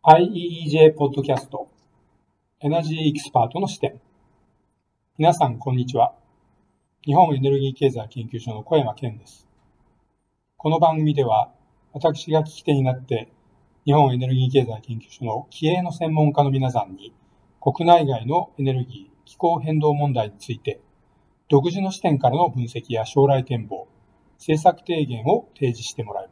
IEEJ ポッドキャストエナジーエキスパートの視点。皆さんこんにちは。日本エネルギー経済研究所の小山健です。この番組では私が聞き手になって日本エネルギー経済研究所の気鋭の専門家の皆さんに国内外のエネルギー気候変動問題について独自の視点からの分析や将来展望、政策提言を提示してもらいます。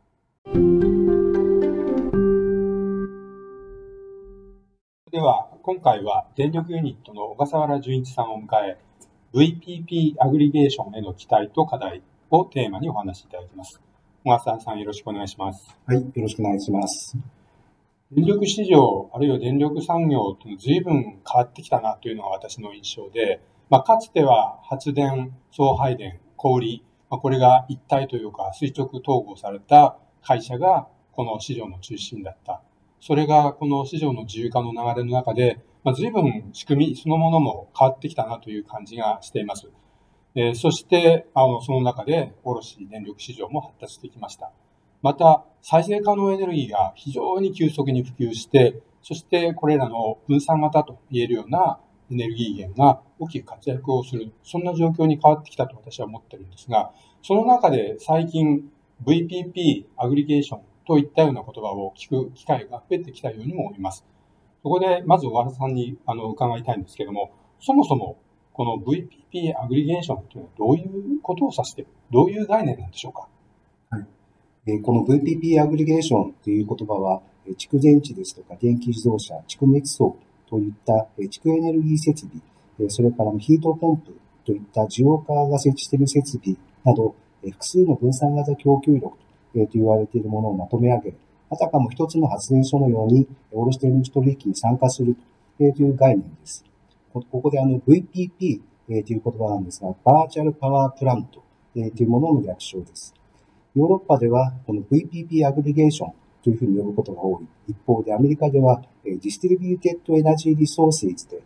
では、今回は電力ユニットの小笠原純一さんを迎え、VPP アグリゲーションへの期待と課題をテーマにお話しいただきます。小笠原さん、よろしくお願いします。 はい、よろしくお願いします。 電力市場、あるいは電力産業というのは随分変わってきたなというのが私の印象で、かつては発電、送配電、小売、これが一体というか垂直統合された会社がこの市場の中心だった。それがこの市場の自由化の流れの中で、随分仕組みそのものも変わってきたなという感じがしています。そして、その中で卸電力市場も発達してきました。また、再生可能エネルギーが非常に急速に普及して、そしてこれらの分散型と言えるようなエネルギー源が大きく活躍をする、そんな状況に変わってきたと私は思っているんですが、その中で最近 VPP アグリゲーションといったような言葉を聞く機会が増えてきたようにも思います。そこでまず小原さんに伺いたいんですけれども、そもそもこの VPP アグリゲーションというのはどういうことを指している、どういう概念なんでしょうか。 はい、この VPP アグリゲーションという言葉は、蓄電池ですとか電気自動車、蓄熱層といった蓄エネルギー設備、それからヒートポンプといった需要家が設置している設備など、複数の分散型供給力と言われているものをまとめ上げ、あたかも一つの発電所のように卸電力取引に参加するという概念です。ここでVPP という言葉なんですが、バーチャルパワープラントというものの略称です。ヨーロッパではこの VPP アグリゲーションというふうに呼ぶことが多い。一方でアメリカではディストリビューテッドエナジーリソースで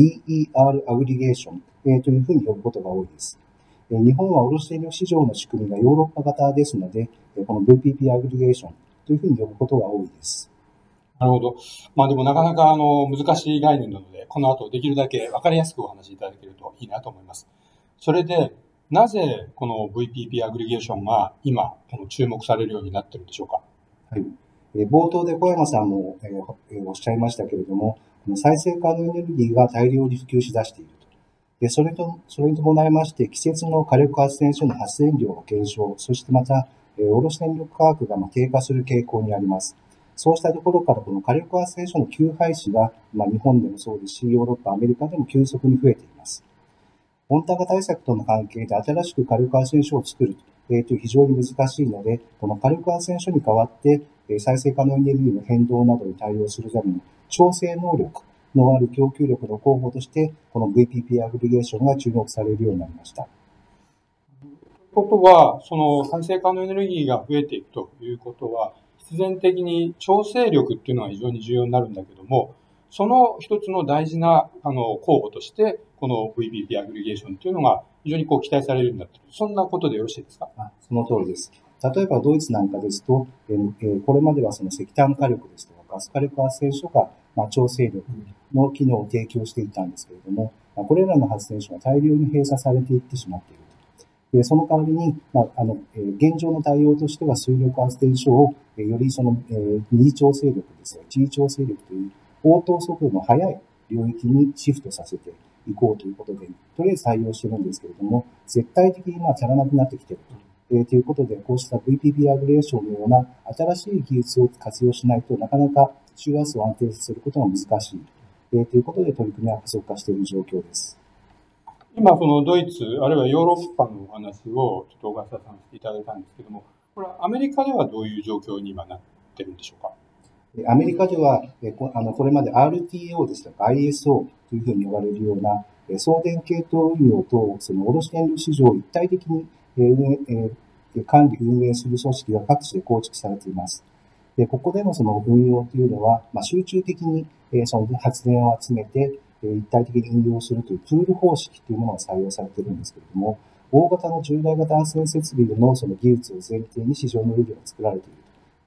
DER アグリゲーションというふうに呼ぶことが多いです。日本は卸電力市場の仕組みがヨーロッパ型ですので、この VPP アグリゲーションというふうに呼ぶことが多いです。 なるほど。でもなかなか難しい概念なので、この後できるだけ分かりやすくお話しいただけるといいなと思います。それで、なぜこの VPP アグリゲーションが今、注目されるようになっているんでしょうか。 はい。冒頭で小山さんもおっしゃいましたけれども、再生可能エネルギーが大量に普及しだしていると。それに伴いまして、季節の火力発電所の発電量が減少、そしてまた、卸電力価格が低下する傾向にあります。そうしたところから、この火力発電所の休廃止が、日本でもそうですし、ヨーロッパ、アメリカでも急速に増えています。温暖化対策との関係で新しく火力発電所を作るという非常に難しいので、この火力発電所に代わって、再生可能エネルギーの変動などに対応するための調整能力のある供給力の候補として、この VPP アグリゲーションが注目されるようになりました。 ということは、その再生可能エネルギーが増えていくということは、必然的に調整力っていうのが非常に重要になるんだけども、その一つの大事な候補として、この VPP アグリゲーションというのが非常に期待されるようになっている。そんなことでよろしいですか？ その通りです。例えばドイツなんかですと、これまではその石炭火力ですとかガス火力発電所が調整力の機能を提供していたんですけれども、これらの発電所が大量に閉鎖されていってしまっていると。その代わりに、現状の対応としては水力発電所をよりその二次調整力ですとか一次調整力という応答速度の速い領域にシフトさせていこうということで、とりあえず採用しているんですけれども、絶対的に足らなくなってきているということで、こうした VPP アグリゲーションのような新しい技術を活用しないとなかなか周波数を安定させることが難しいということで取り組みは加速化している状況です。 今、そのドイツ、あるいはヨーロッパのお話をちょっと小笠原さんしていただいたんですけども、これはアメリカではどういう状況に今なっているんでしょうか。 アメリカでは、これまで RTO ですとか ISO というふうに呼ばれるような、送電系統運用とその卸電力市場を一体的に管理運営する組織が各地で構築されています。ここでのその運用というのは、集中的にその発電を集めて一体的に運用するというプール方式というものが採用されているんですけれども、大型の従来型発電設備のその技術を前提に市場のルールが作られている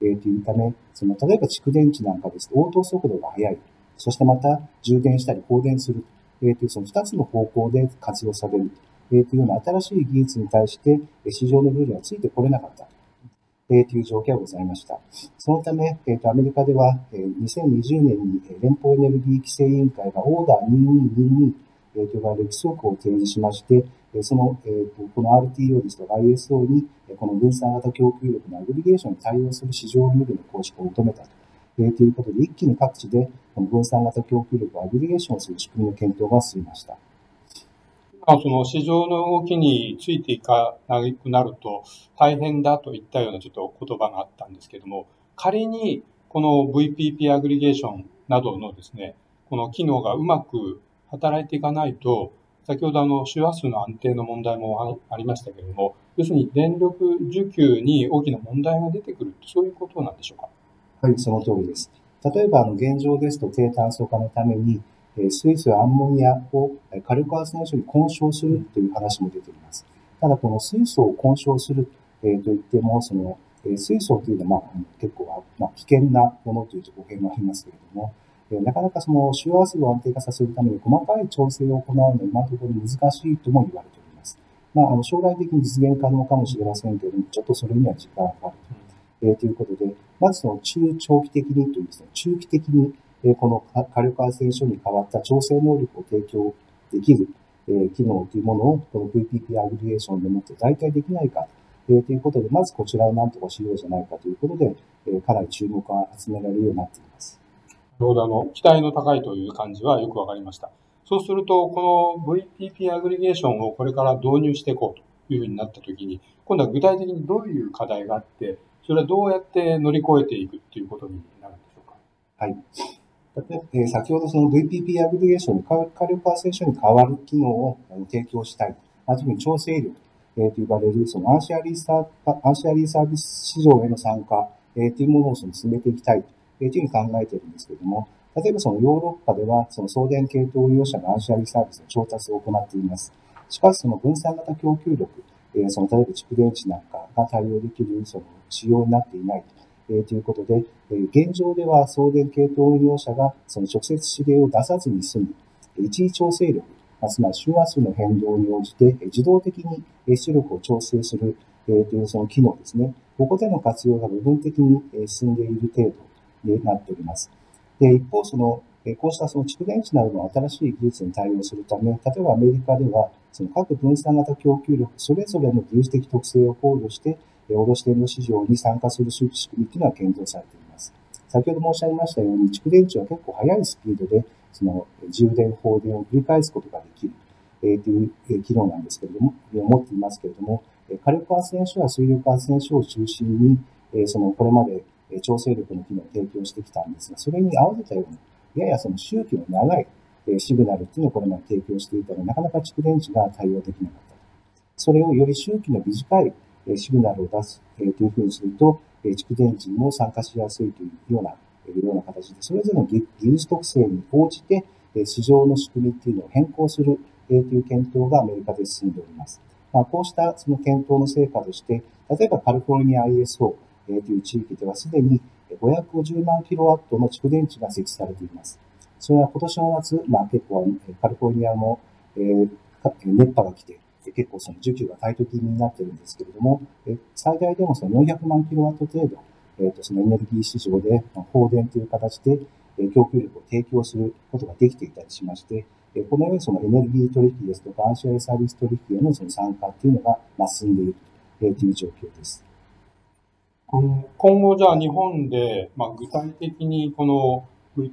というため、例えば蓄電池なんかですと応答速度が速い。そしてまた充電したり放電する。というその2つの方向で活用される。というような新しい技術に対して市場のルールがついてこれなかった。という状況がございました。そのため、アメリカでは、2020年に連邦エネルギー規制委員会がオーダー2222と呼ばれる規則を提示しまして、この RTO ですとか ISO に、この分散型供給力のアグリゲーションに対応する市場ルールの構築を求めたということで、一気に各地でこの分散型供給力をアグリゲーションする仕組みの検討が進みました。 その市場の動きについていかなくなると大変だといったようなちょっと言葉があったんですけども、仮にこの VPP アグリゲーションなどのですね、この機能がうまく働いていかないと、先ほど周波数の安定の問題もありましたけれども、要するに電力需給に大きな問題が出てくる、そういうことなんでしょうか。 はい、その通りです。例えば、現状ですと低炭素化のために、水素やアンモニアを火力発電所に混焼するという話も出ています。ただ、この水素を混焼する、といっても、水素というのは、結構、危険なものというと語弊もありますけれども、なかなか周波数を安定化させるために細かい調整を行うのは今のところ難しいとも言われております。将来的に実現可能かもしれませんけれども、ちょっとそれには時間がかかるということで、まず中長期的にというですね、中期的にこの火力発電所に代わった調整能力を提供できる機能というものをこの VPP アグリゲーションでもって代替できないかということで、まずこちらを何とかしようじゃないかということで、かなり注目が集められるようになっています。 なるほど、期待の高いという感じはよくわかりました。そうすると、この VPP アグリゲーションをこれから導入していこうというふうになったときに、今度は具体的にどういう課題があって、それはどうやって乗り越えていくということになるんでしょうか。 はい。先ほどVPP アグリゲーションに火力発電所に代わる機能を提供したい。特に調整力と呼ばれるアンシャリーサービス市場への参加というものを進めていきたいというふうに考えているんですけれども、例えばヨーロッパでは送電系統利用者のアンシャリーサービスの調達を行っています。しかし分散型供給力、例えば蓄電池なんかが対応できる仕様になっていないということで、現状では送電系統運用者が直接指令を出さずに済む一時調整力、つまり周波数の変動に応じて自動的に出力を調整するという機能ですね。ここでの活用が部分的に進んでいる程度になっております。で一方、こうした蓄電池などの新しい技術に対応するため、例えばアメリカでは各分散型供給力それぞれの技術的特性を考慮して、卸電の市場に参加する仕組みというのは検討されています。先ほど申し上げましたように、蓄電池は結構速いスピードで、充電、放電を繰り返すことができる、という機能なんですけれども、持っていますけれども、火力発電所や水力発電所を中心に、これまで調整力の機能を提供してきたんですが、それに合わせたように、やや周期の長いシグナルっていうのをこれまで提供していたので、なかなか蓄電池が対応できなかった。それをより周期の短いシグナルを出すというふうにすると、蓄電池にも参加しやすいというような形で、それぞれの技術特性に応じて、市場の仕組みっていうのを変更するという検討がアメリカで進んでおります。こうした検討の成果として、例えばカリフォルニア ISO という地域ではすでに550万キロワットの蓄電池が設置されています。それは今年の夏、結構カリフォルニアも、熱波が来て、結構需給がタイト気味になっているんですけれども、最大でも400万キロワット程度、エネルギー市場で放電という形で供給力を提供することができていたりしまして、このようにエネルギー取引ですとか、アンシェアサービス取引への参加というのが進んでいるという状況です。 今後じゃあ日本で、具体的にこの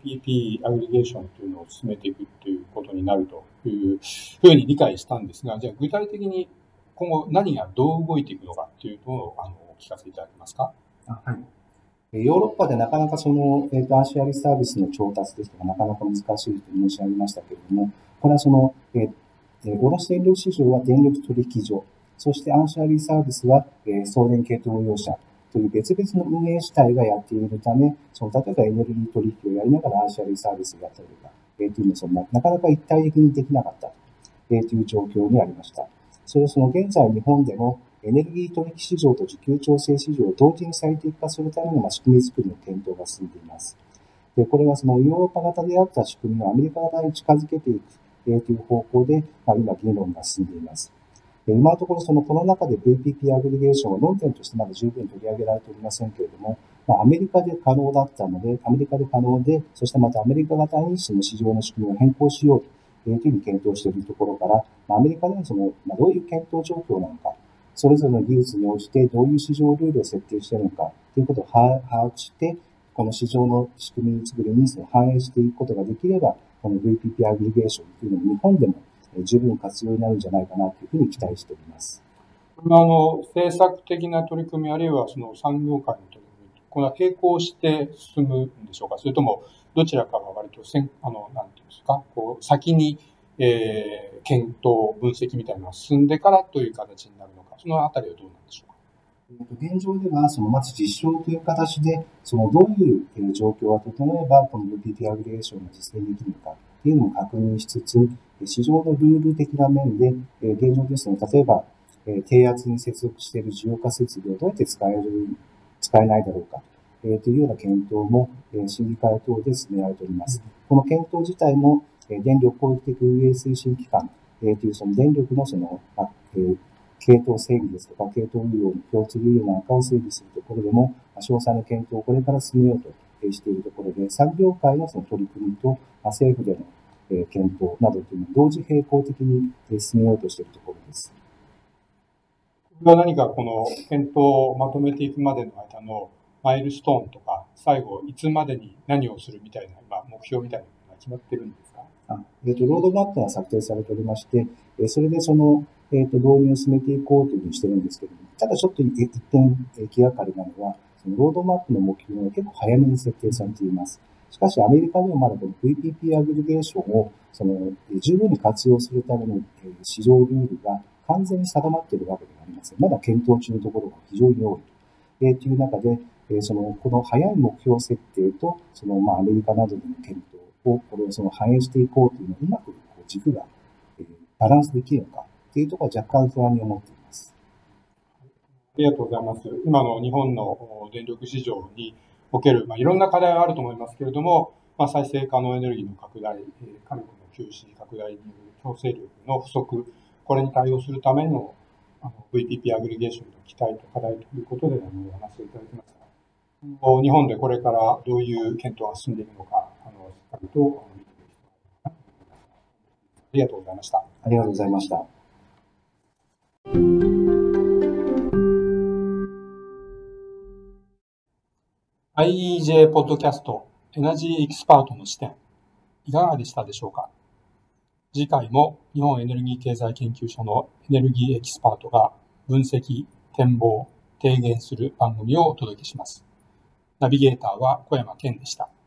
VPP アグリゲーションというのを進めていくということになるというふうに理解したんですが、じゃあ具体的に今後何がどう動いていくのかというのをお聞かせいただけますか。 はい。ヨーロッパでなかなかアンシェアリサービスの調達ですとかなかなか難しいと申し上げましたけれども、これは卸電力市場は電力取引所、そしてアンシェアリサービスは送電系統利用者という別々の運営主体がやっているため、例えばエネルギー取引をやりながらアンシェアリサービスをやったりとか、というのはなかなか一体的にできなかったという状況にありました。それは現在日本でもエネルギー取引市場と需給調整市場を同時に最適化するための仕組み作りの検討が進んでいます。で、これはそのヨーロッパ型であった仕組みをアメリカ型に近づけていくという方向で、今議論が進んでいます。今のところこの中で VPP アグリゲーションは論点としてまだ十分取り上げられておりませんけれども、アメリカで可能だったので、アメリカで可能で、そしてまたアメリカ型にその市場の仕組みを変更しようというふうに検討しているところから、アメリカでのどういう検討状況なのか、それぞれの技術に応じてどういう市場ルールを設定しているのかということを把握して、この市場の仕組み作りに反映していくことができれば、この VPP アグリゲーションというのも日本でも十分活用になるんじゃないかなというふうに期待しております。 政策的な取り組み、あるいはその産業界の取り組み、これは並行して進むんでしょうか、それともどちらかが割となんていうんですか、先に、検討、分析みたいなのが進んでからという形になるのか、そのあたりはどうなんでしょうか。 現状では、まず実証という形で、どういう状況が整えば、この VPP アグリゲーションが実現できるのかというのも確認しつつ、市場のルール的な面で、現状ですね、例えば、低圧に接続している需要化設備をどうやって使えないだろうか、というような検討も、審議会等で進められております。この検討自体も、電力広域的運営推進機関、という電力の系統整備ですとか、系統運用の共通ルールなんかを整備するところでも、詳細な検討をこれから進めようとしているところで、産業界の取り組みと政府での検討などというのを同時並行的に進めようとしているところです。 これは何かこの検討をまとめていくまでの間のマイルストーンとか、最後いつまでに何をするみたいな、目標みたいなのが決まってるんですか？ ロードマップが策定されておりまして、それで導入を進めていこうというふうにしてるんですけれども、ただちょっと一点気がかりなのは、ロードマップの目標が結構早めに設定されています。しかし、アメリカではまだこの VPP アグリゲーションを十分に活用するための市場ルールが完全に定まっているわけではありません。まだ検討中のところが非常に多いという中で、この早い目標設定と、アメリカなどでの検討を、これを反映していこうというのをうまく軸がバランスできるのかというところは若干不安に思っています。 ありがとうございます。今の日本の電力市場における、いろんな課題はあると思いますけれども、再生可能エネルギーの拡大、火力の休止拡大による強制力の不足、これに対応するためのVPP アグリゲーションの期待と課題ということでお話をいただきました。日本でこれからどういう検討が進んでいるのか、しっかりと見ていく必要があると思います。ありがとうございました。 ありがとうございました。 IEJ ポッドキャストエナジーエキスパートの視点、いかがでしたでしょうか。次回も日本エネルギー経済研究所のエネルギーエキスパートが分析、展望、提言する番組をお届けします。ナビゲーターは小山健でした。